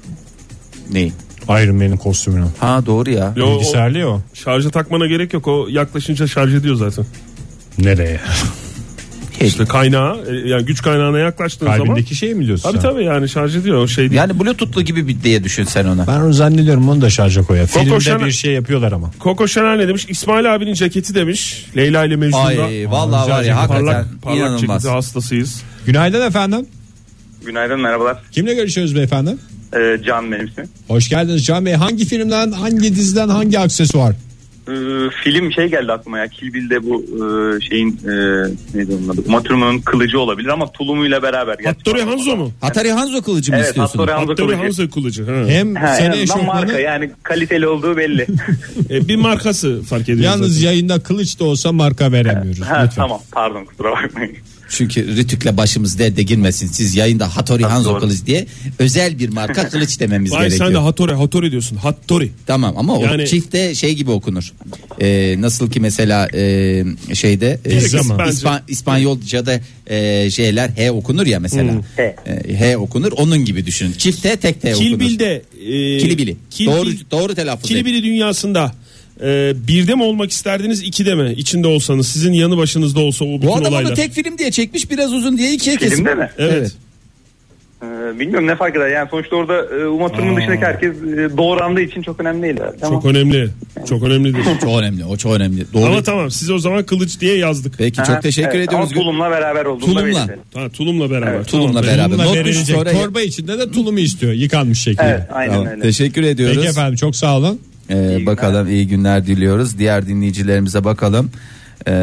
Neyi? Iron Man'in kostümünü. Ha doğru ya. Yo, o Bilgisayarlı ya o. şarja takmana gerek yok. O yaklaşınca şarj ediyor zaten. Nereye? Hiç. İşte kaynağı e, yani güç kaynağına yaklaştığın zaman. Kalbindeki şey mi diyorsun Tabii sen? tabii yani şarj ediyor o şey değil. Yani bluetoothlu gibi bir diye düşün sen ona. Ben onu zannediyorum onu da şarja koyar. Coco Filmde Chanel- bir şey yapıyorlar ama. Coco Chanel ne demiş? İsmail abinin ceketi demiş. Leyla ile Mecnun'da. Ay vallahi var ya hakikaten Parlak, parlak inanılmaz. ceketi hastasıyız. Günaydın efendim. Günaydın, merhabalar. Kimle görüşüyoruz beyefendi? Ee, Can benim ismim. Hoş geldiniz Can Bey. Hangi filmden, hangi diziden, hangi aksesuar? Ee, film şey geldi aklıma ya. Kill Bill'de bu e, şeyin e, neydi onun adı? Uma Thurman'ın kılıcı olabilir ama tulumuyla beraber. Hattori Hanzo mu? Hattori Hanzo kılıcı mı Evet, istiyorsun? Hattori Hanzo Hattori kılıcı. Hanzo kılıcı. Ha. Hem Ha, en sene azından marka eşofmanı, yani kaliteli olduğu belli. E, bir markası fark ediyor yalnız zaten. yayında kılıç da olsa marka veremiyoruz. ha, Lütfen. tamam pardon kusura bakmayın. Çünkü Rütük'le başımız derde girmesin. Siz yayında Hattori Hanzo kılıç diye özel bir marka kılıç dememiz Vay, gerekiyor. sen de Hattori Hattori diyorsun. Hattori. Tamam ama Yani- o çifte şey gibi okunur. Ee, nasıl ki mesela e, şeyde e, Pizza İsp- mı? İspan- İspanyolca'da e, şeyler H okunur ya mesela. H. E, H okunur. Onun gibi düşünün. Çifte tek T okunur. Kill Bill'de e, Kilibili. Kill Doğru Bill- doğru telaffuz. Kill et. Bill'i dünyasında e, birde mi olmak isterdiniz, ikide mi? İçinde olsanız, sizin yanı başınızda olsa o bütün Bu adam olaylar. onu tek film diye çekmiş, biraz uzun diye ikiye kesmiş. Filmde mi? Evet. Ee, bilmiyorum ne fark eder. Yani sonuçta orada e, Uma Thurman dışındaki herkes e, doğrandığı için çok önemli değil. herhalde. Ama Çok önemli. Çok önemlidir. Çok önemli. O çok önemli. Doğru. Ama tamam, siz o zaman kılıç diye yazdık. Peki Aha, çok teşekkür evet, ediyoruz. Ama tulumla beraber olduğunda Tulumla. belli. Ha, tulumla beraber. Evet, tulumla Tamam, beraber. Tulumla Not verilecek. düştü oraya. Torba içinde de tulumu istiyor yıkanmış şekilde. Evet, aynen Tamam, öyle. teşekkür ediyoruz. Peki efendim, çok sağ olun. Ee, bakalım iyi günler diliyoruz. Diğer dinleyicilerimize bakalım. Ee,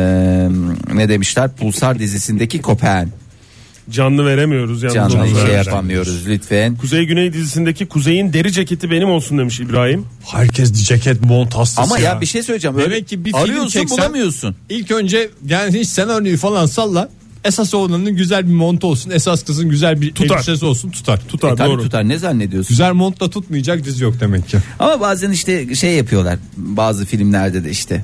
ne demişler? Pulsar dizisindeki Kopen. Canlı veremiyoruz yalnız. Canlı onu şey da. yapamıyoruz lütfen. Kuzey Güney dizisindeki Kuzey'in deri ceketi benim olsun demiş İbrahim. Herkes ceket mont hastası Ama ya bir şey söyleyeceğim. Öyle Demek ki bir film arıyorsun çeksen- bulamıyorsun. İlk önce yani hiç senaryoyu falan salla. Esas oğlanın güzel bir montu olsun. Esas kızın güzel bir Tutar. elbisesi olsun, tutar. Tutar E, tabii doğru. tutar, ne zannediyorsun? Güzel montla tutmayacak dizi yok demek ki. Ama bazen işte şey yapıyorlar. Bazı filmlerde de işte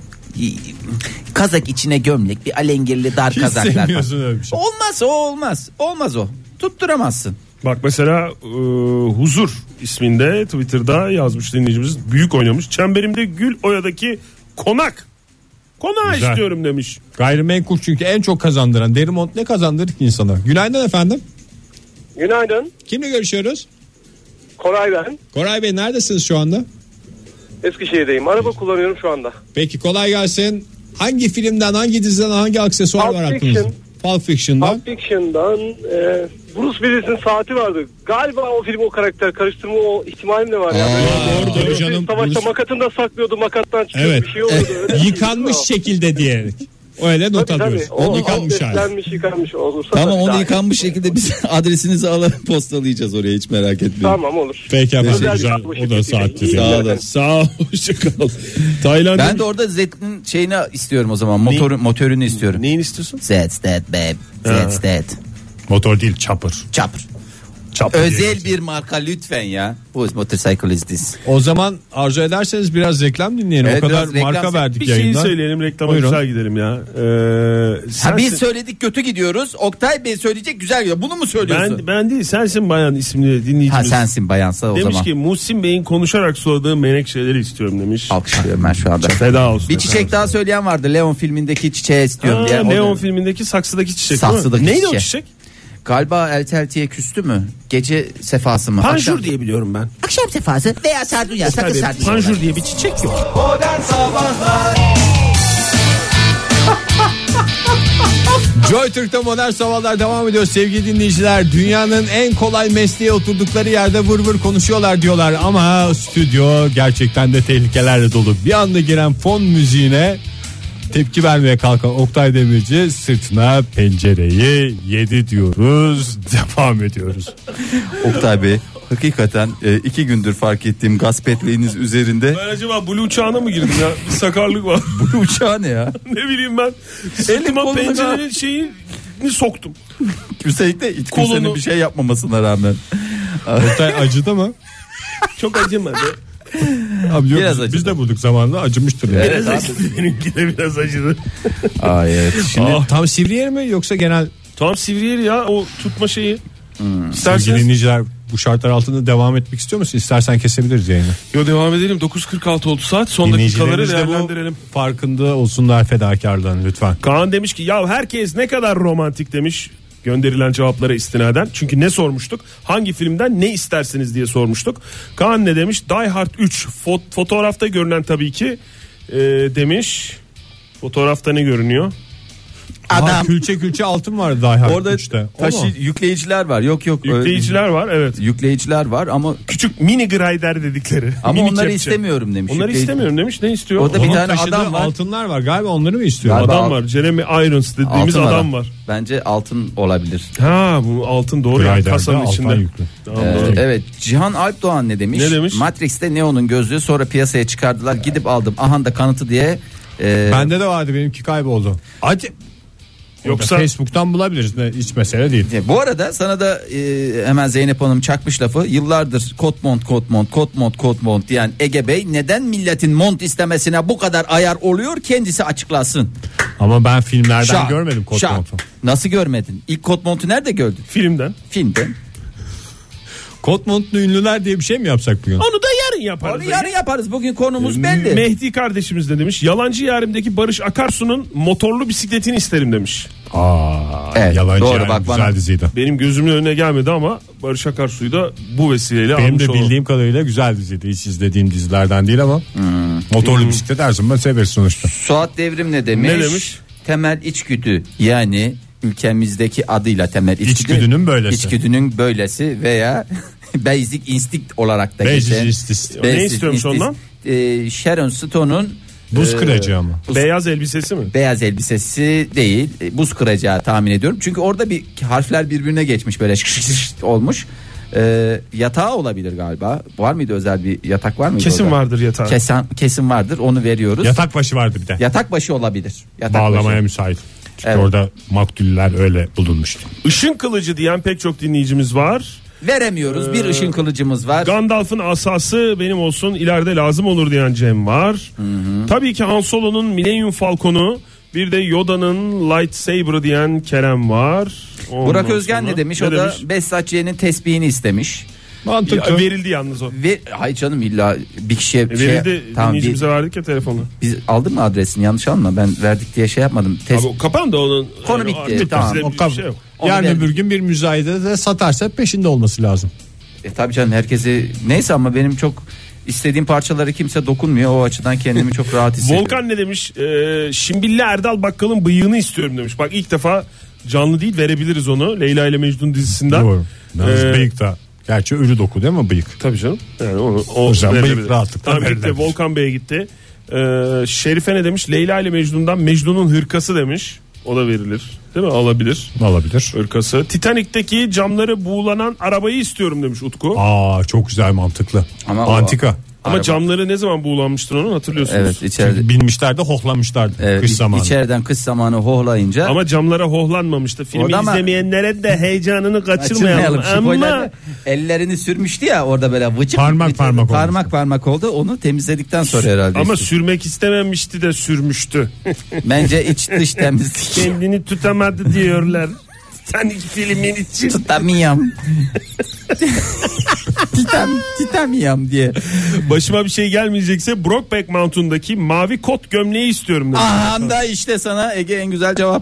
kazak içine gömlek, bir alengirli dar Hiç kazaklar falan. sevmiyorsun öyle bir şey. Olmaz o olmaz. Olmaz o. Tutturamazsın. Bak mesela e, Huzur isminde Twitter'da yazmış dinleyicimiz, büyük oynamış. Çemberimde Gül Oya'daki konak. Konağı Güzel. istiyorum demiş. Gayrimenkul çünkü en çok kazandıran. Deri mont ne kazandırır ki insana? Günaydın efendim. Günaydın. Kimle görüşüyoruz? Koray ben. Koray Bey, neredesiniz şu anda? Eskişehir'deyim. Araba kullanıyorum şu anda. Peki, kolay gelsin. Hangi filmden, hangi diziden, hangi aksesuar Pulp var Fiction. aklınızda? Pulp Fiction'dan. Pulp Fiction'dan e, Bruce Willis'in saati vardı. Galiba o film o karakter karıştırma o ihtimalim de var. Aa, yani. doğru, Böyle tabii bir canım. Savaşta Bruce- makatını da saklıyordu. Makattan çıkıyordu, Evet. bir şey oluyordu. Öyle bir şey Yıkanmış değil mi şekilde diyerek. Öyle not Tabii, alıyoruz. tabii. O, Yıkanmış o hali. beslenmiş yıkanmış olursa. Tamam, tabii onu daha iyi. yıkanmış şekilde biz adresinizi alıp postalayacağız oraya, hiç merak etmeyin. Tamam olur. Peki efendim, Özel bir güzel. tatlı O da şekilde. saattir. İyi Sağ günler. olun. Sağ ol, hoşça kal. Tayland Ben de orada Z'nin şeyini istiyorum o zaman. Motor, motorunu istiyorum. Neyin istiyorsun? That's that babe. That's that. Motor değil, chopper. Chopper. Chopper diye Özel geçiyor. bir marka lütfen ya. Bu motorcycle is this. O zaman arzu ederseniz biraz reklam dinleyelim. Evet, o kadar biraz reklam- marka verdik Bir şey yayında. söyleyelim, reklama Buyurun. güzel gidelim ya. Ee, Ha, sensin- biz söyledik kötü gidiyoruz. Oktay Bey söyleyecek güzel gidiyor. Bunu mu söylüyorsun? ben, ben değil, sensin bayan isimli dinleyicimiz. ha sensin bayansa o Demiş zaman. ki Muhsin Bey'in konuşarak suladığı menekşeleri istiyorum demiş. Alkışlıyorum ben şu anda. Feda olsun. Bir çiçek daha söyleyen vardı. Leon filmindeki çiçeği istiyorum Aa, diye. O Leon da- filmindeki saksıdaki çiçek Saksıdaki değil mi? Neydi çiçek. o çiçek? Galiba Eltelti'ye küstü mü? Gece sefası mı? Panjur Akşam- diye biliyorum ben. Akşam sefası veya sardunya. Sakın Tabii, sardunya. panjur diye bir çiçek yok. Joy Türk'te modern sabahlar devam ediyor sevgili dinleyiciler. Dünyanın en kolay mesleğe oturdukları yerde vır vır konuşuyorlar diyorlar. Ama stüdyo gerçekten de tehlikelerle dolu. Bir anda giren fon müziğine tepki vermeye kalkan Oktay Demirci sırtına pencereyi yedi diyoruz. Devam ediyoruz. Oktay Bey, hakikaten e, iki gündür fark ettiğim gaspetliğiniz üzerinde Ben acaba Blue uçağına mı girdim ya? Bir sakarlık var. bu uçağı ne ya? Ne bileyim ben. Sırtıma kolunu- pencerenin şeyini soktum. Üstelik de hiç kimsenin Kolunu- bir şey yapmamasına rağmen. Oktay acıdı mı? Çok acımadı. Abi yok, Biraz biz, acıdı. biz de vurduk zamanında, acımıştır yani. Evet, Biraz acıdı. Benimki de biraz acıdı. Ay evet. Şimdi Şimdi tam sivri yer mi yoksa genel? Tam sivri yeri ya, o tutma şeyi. Sevgili İsterseniz. dinleyiciler, bu şartlar altında devam etmek istiyor musun? İstersen kesebiliriz yayını. Yo, devam edelim. dokuz kırk altı oldu saat. Son dakikaları Dinleyicilerimiz de bu değerlendirelim. farkında olsunlar fedakarlığın lütfen. Kaan demiş ki ya herkes ne kadar romantik demiş. Gönderilen cevaplara istinaden. Çünkü ne sormuştuk? Hangi filmden ne istersiniz diye sormuştuk. Kaan ne demiş? Die Hard üç. Fo- fotoğrafta görünen tabii ki e, demiş. Fotoğrafta ne görünüyor? Adam. adam Külçe külçe altın var Die Hard orada üçte. O taşı mu? yükleyiciler var. Yok yok. Yükleyiciler var, evet. Yükleyiciler var ama Küçük mini grider dedikleri. ama Mini onları kepçe. istemiyorum demiş. Onları Yükleyici- istemiyorum demiş. Ne istiyor? Orada bir Onun tane taşıdığı adam var. altınlar var galiba, onları mı istiyor? Galiba Adam al- var. Jeremy Irons dediğimiz Altın adam var. Bence altın olabilir. Ha, bu altın doğru ya, Grider'de kasanın altın içinde. yüklü. Tamam, Ee, doğru. evet, Cihan Alpdoğan ne demiş? Ne demiş? Matrix'te Neo'nun gözlüğü, sonra piyasaya çıkardılar. Gidip aldım. Ahan da kanıtı diye. e, Bende de vardı, benimki kayboldu. Hadi. Yoksa Facebook'tan bulabiliriz, ne, hiç mesele değil. Bu arada sana da e, hemen Zeynep Hanım çakmış lafı. Yıllardır kot mont kot mont kot mont kot mont diyen Ege Bey neden milletin mont istemesine bu kadar ayar oluyor, kendisi açıklasın. Ama ben filmlerden Şak, görmedim kot şak. montu. Nasıl görmedin? İlk kot montu nerede gördün? filmden. Filmde. Kot montlu ünlüler diye bir şey mi yapsak bugün? Onu da yarın yaparız. Onu yarın yaparız. Bugün konumuz belli. Mehdi kardeşimiz de demiş. Yalancı Yarim'deki Barış Akarsu'nun motorlu bisikletini isterim demiş. Aa, Evet, yalancı doğru, yani, bak güzel bana- diziydi. Benim gözümün önüne gelmedi ama Barış Akarsu'yu da bu vesileyle Benim almış de olalım. bildiğim kadarıyla güzel diziydi. Hiç izlediğim dizilerden değil ama motorlu Hmm. bisiklet her zaman severiz sonuçta. Suat Devrim ne demiş? Ne demiş? Temel içgüdü, yani ülkemizdeki adıyla temel içgüdü. İçgüdünün böylesi. İçgüdünün böylesi veya basic instinct olarak da Basic geçen. instinct. Ne istiyormuş ondan? E, Sharon Stone'un Buz e, kıracı ama. buz- Beyaz elbisesi mi? beyaz elbisesi değil, e, buz kıracağı tahmin ediyorum. Çünkü orada bir harfler birbirine geçmiş, böyle şış şış şış olmuş. E, yatağı olabilir galiba. Var mıydı, özel bir yatak var mıydı? Kesin orada? vardır yatağı. Kesin, kesin vardır, onu veriyoruz. Yatak başı vardı bir de. Yatak başı olabilir. Yatak Bağlamaya başı. müsait. Çünkü Evet. orada maktuller öyle bulunmuştu. Işın kılıcı diyen pek çok dinleyicimiz var. Veremiyoruz. Bir Ee, ışın kılıcımız var. Gandalf'ın asası benim olsun, ileride lazım olur diyen Cem var. Tabii ki Han Solo'nun Millennium Falcon'u, bir de Yoda'nın Lightsaber'ı diyen Kerem var. Ondan Burak Özgen sonra- ne demiş? Ne O da demiş? Behzatçı'nın tesbihini istemiş. Mantıklı. Ya, verildi yalnız o. Ve hay canım, illa bir kişiye E, şey, verildi, tamam, dinleyicimize bir- verdik ya telefonu. biz aldın mı adresini, yanlış alma, ben verdik diye şey yapmadım. Tes- Abi o kapandı onun. Konu yani bitti, artık tamam. bizde O bir kap- şey yok. Onu Yarın verdik. öbür gün bir müzayede de satarsa peşinde olması lazım. E tabii canım, herkesi neyse, ama benim çok istediğim parçaları kimse dokunmuyor, o açıdan kendimi çok rahat hissediyorum. Volkan ne demiş? Ee, Şimbilli Erdal Bakkal'ın bıyığını istiyorum demiş. Bak ilk defa canlı değil, verebiliriz onu. Leyla ile Mecnun dizisinden. Doğru. Yalnız Ee, bıyık da. Gerçi ölü doku değil mi bıyık? Tabii canım. Yani onu, o O yüzden verilebilir. bıyık rahatlıkla Tamam, gitti. verilebilir. Volkan Bey'e gitti. Ee, Şerife ne demiş? Leyla ile Mecnun'dan Mecnun'un hırkası demiş. O da verilir. Değil mi? Alabilir. Olabilir. Hırkası. Titanik'teki camları buğulanan arabayı istiyorum demiş Utku. Aa, çok güzel, mantıklı. Ama o- Antika. Ama araba. camları ne zaman buğulanmıştır onu hatırlıyorsunuz. Evet, içeride. Çünkü binmişlerdi, hohlamışlardı Evet, kış iç- zamanı. içeriden kış zamanı hohlayınca Ama camlara hohlanmamıştı. Filmi Orada ama- izlemeyenlere de heyecanını kaçırmayalım. Açılmayalım. Ama Spoiler, ellerini sürmüştü ya orada, böyle vıcık Parmak vıcık, parmak parmak olmuştu. parmak oldu. Onu temizledikten sonra herhalde. ama işte. sürmek istememişti de sürmüştü. Bence iç dış temizlik. Kendini tutamadı diyorlar. Titanic filmin için. Tutamıyorum. Titam, titamıyorum diye. Başıma bir şey gelmeyecekse Brokeback Mountain'daki mavi kot gömleği istiyorum demiş. Aha da işte sana Ege en güzel cevap.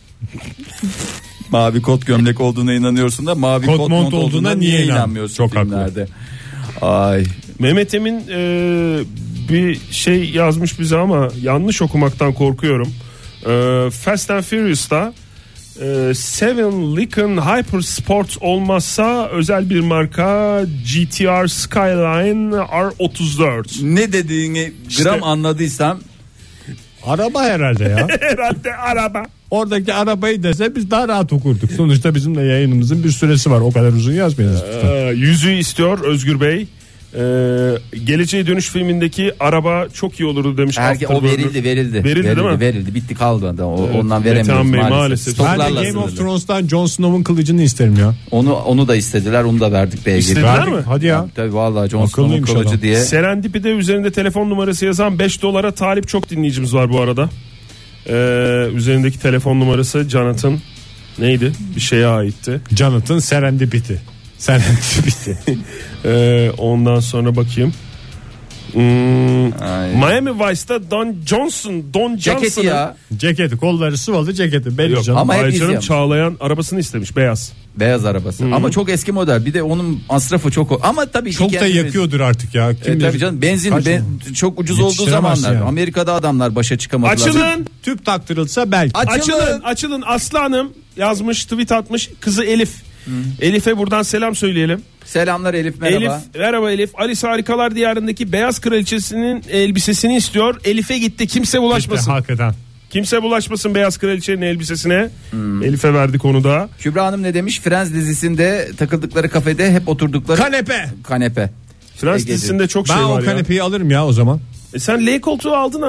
Mavi kot gömlek olduğuna inanıyorsun da mavi Kot kot, mont mont olduğuna olduğuna niye niye inan- inanmıyorsun Çok haklı. filmlerde? Ay. Mehmet Emin e, bir şey yazmış bize ama yanlış okumaktan korkuyorum. E, Fast and Furious'ta e, Seven Lincoln Hyper Sport olmazsa özel bir marka G T R Skyline R otuz dört. Ne dediğini gram anladıysam Araba herhalde ya. Herhalde araba. Oradaki arabayı dese biz daha rahat okurduk. Sonuçta bizim de yayınımızın bir süresi var. O kadar uzun yazmayınız. Ee, yüzüğü istiyor Özgür Bey. Ee, Geleceğe Dönüş filmindeki araba çok iyi olurdu demiş. herke, o Afterburner. verildi verildi. Verildi, verildi değil mi? Verildi bitti kaldı. O, Evet, ondan Metehan veremiyoruz Bey maalesef. maalesef. Ben de Stoklarla Game of sınırlı. Thrones'tan Jon Snow'un kılıcını isterim ya. Onu onu da istediler, onu da verdik beye İstediler girdi. Verdik, mi? hadi ya. Tabii vallahi Jon Snow'un Akıllıymış kılıcı adam. diye. Serendipide üzerinde telefon numarası yazan beş dolara talip çok dinleyicimiz var bu arada. Ee, üzerindeki telefon numarası Jonathan neydi? Bir şeye aitti. Jonathan Serendipity. Serendipity. Ee, ondan sonra bakayım. Hmm, Ay. Miami Vice'da Don Johnson, Don Ceketi Johnson'ın ya. Ceketi, kolları sıvalı ceketi. Belli Yok, canım. ama hep Ayça'nın izliyormuş. Çağlayan arabasını istemiş beyaz. Beyaz arabası. Ama çok eski model. Bir de onun masrafı çok. o- Ama tabii ki Çok da kendi- yakıyordur artık ya. Kim E, bilir? tabii canım, benzin Kaç ben, mı? çok ucuz olduğu Yetiştiremez zamanlar. yani. Amerika'da adamlar başa çıkamadılar. Açılın. Tüp taktırılsa belki. Açılın. Açılın, açılın. Aslı Hanım yazmış, tweet atmış. Kızı Elif. Elif'e buradan selam söyleyelim. Selamlar Elif, merhaba. Elif, merhaba Elif. Alice Harikalar Diyarı'ndaki Beyaz Kraliçesi'nin elbisesini istiyor. Elif'e gitti. Kimse bulaşmasın. İşte, hakikaten. Kimse bulaşmasın Beyaz Kraliçe'nin elbisesine. Elif'e verdik onu da. Kübra Hanım ne demiş? Friends dizisinde takıldıkları kafede hep oturdukları Kanepe. kanepe. Frans Ege'de. dizisinde çok Ben şey o var ya. kanepeyi alırım ya o zaman. E sen L koltuğu aldın abi.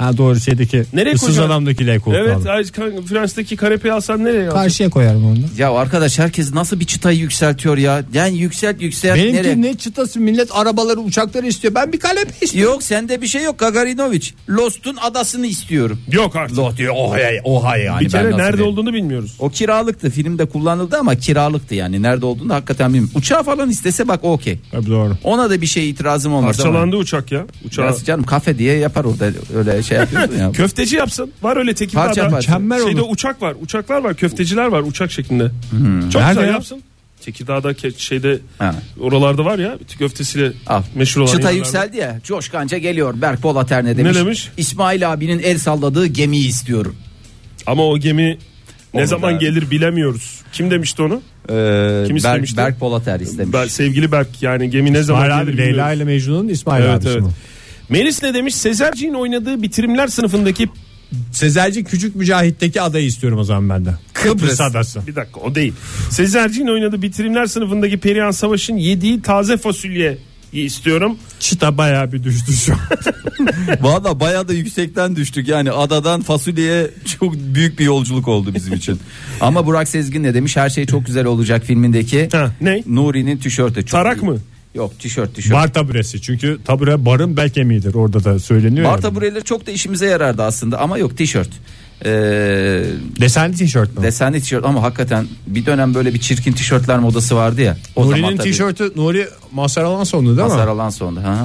Ha doğru şeydeki Nereye ıssız koyacaksın? adamdaki L koltuğu Evet, aldım. ay, kan- Fransa'daki kanepeyi alsan nereye alacaksın? Karşıya koyarım onu. Ya arkadaş herkes nasıl bir çıtayı yükseltiyor ya? Yani yükselt yükselt. Benimki nereye? ne çıtası, millet arabaları uçakları istiyor. Ben bir kanepe istiyorum. Yok sende bir şey yok Gagarinovic. Lost'un adasını istiyorum. Yok artık. Lost diyor oha oha yani. Bir ben kere nasıl nerede diyeyim? olduğunu bilmiyoruz. O kiralıktı, filmde kullanıldı ama kiralıktı yani. Nerede olduğunu hakikaten bilmiyorum. Uçağı falan istese bak okey. Tabii doğru. Ona da bir şey itirazım olmaz Parçalandı ama. uçak ya. Uçağı. Biraz canım kafe diye yapar orada öyle şey yapıyorsun ya. Köfteci yapsın. Var öyle Parça Tekirdağ'da. parça. Mükemmel Şeyde olur. uçak var. Uçaklar var. Köfteciler var uçak şeklinde. Çok Nerede güzel ya? yapsın. Tekirdağ'da ke- şeyde Ha. oralarda var ya köftesiyle Al. meşhur olan Çıta yerlerde. yükseldi ya. Coşkanca geliyor. Berk Polat ne demiş? Ne demiş? İsmail abinin el salladığı gemiyi istiyorum. Ama o gemi ne Onu zaman da- gelir bilemiyoruz. Kim demişti onu? Ee, Kim Berk, istemişti? Berk Polat istemiş. Ben, sevgili Berk, yani gemi ne zaman İsmail gelir abi, Leyla bilmiyoruz. ile Mecnun'un İsmail Evet, abisi evet. mi? Melis ne demiş? Sezerci'nin oynadığı bitirimler sınıfındaki Sezerci Küçük Mücahit'teki adayı istiyorum o zaman benden. Kıbrıs adası. bir dakika o değil. Sezerci'nin oynadığı bitirimler sınıfındaki Perihan Savaş'ın yediği taze fasulyeyi istiyorum. Çıta bayağı bir düştü şu an. Valla bayağı da yüksekten düştük yani adadan fasulyeye çok büyük bir yolculuk oldu bizim için. Ama Burak Sezgin ne demiş? Her şey çok güzel olacak filmindeki Ha, ne? Nuri'nin tişörtü. Çok Tarak iyi. mı? Yok tişört tişört. Bar taburesi, çünkü tabure barın bel kemiğidir, orada da söyleniyor. Bar ya. tabureleri çok da işimize yarardı aslında ama yok tişört. Ee, Desenli tişört mü? desenli tişört ama hakikaten bir dönem böyle bir çirkin tişörtler modası vardı ya. O zaman Nuri'nin tabii. tişörtü, Nuri Mazhar Alanson'du değil Mazhar mi? Alanson'da. Hı hı.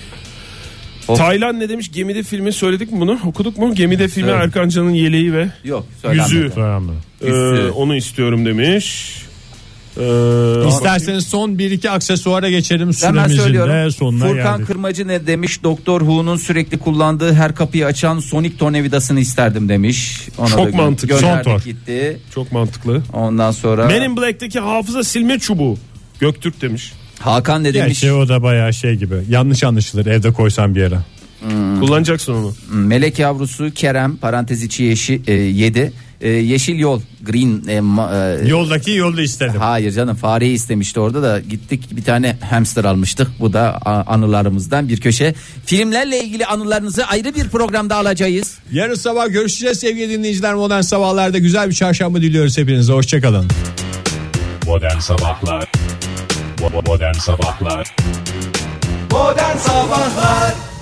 O- Taylan ne demiş? Gemide filmi söyledik mi bunu? Okuduk mu? Gemide filmi Evet. Erkan Can'ın yeleği ve Yok söylenmedi. Yüzüğü. Söylenmedi. Ee, Yüzüğü. onu istiyorum demiş. Ee, İsterseniz son bir iki aksesuara geçelim, Hemen süremizin de söylüyorum. sonuna Furkan geldik. Kırmacı ne demiş? Doktor Who'nun sürekli kullandığı her kapıyı açan sonik tornavidasını isterdim demiş. Ona Çok da gö- mantıklı. gönderdik Son tor. gitti. çok mantıklı. Ondan sonra Men in Black'teki hafıza silme çubuğu. Göktürk demiş. Hakan ne demiş? Gerçi o da bayağı şey gibi, yanlış anlaşılır evde koysam bir yere. Kullanacaksın onu. Melek yavrusu Kerem parantez içi yeşil e, yedi. E, yeşil yol green e, ma- e, Yoldaki yolda istedim. hayır canım fareyi istemişti orada da gittik bir tane hamster almıştık. Bu da a- anılarımızdan bir köşe. Filmlerle ilgili anılarınızı ayrı bir programda alacağız. Yarın sabah görüşeceğiz sevgili dinleyiciler. Modern Sabahlar'da güzel bir çarşamba diliyoruz hepinize. Hoşçakalın. Modern Sabahlar Bo- Modern Sabahlar Modern Sabahlar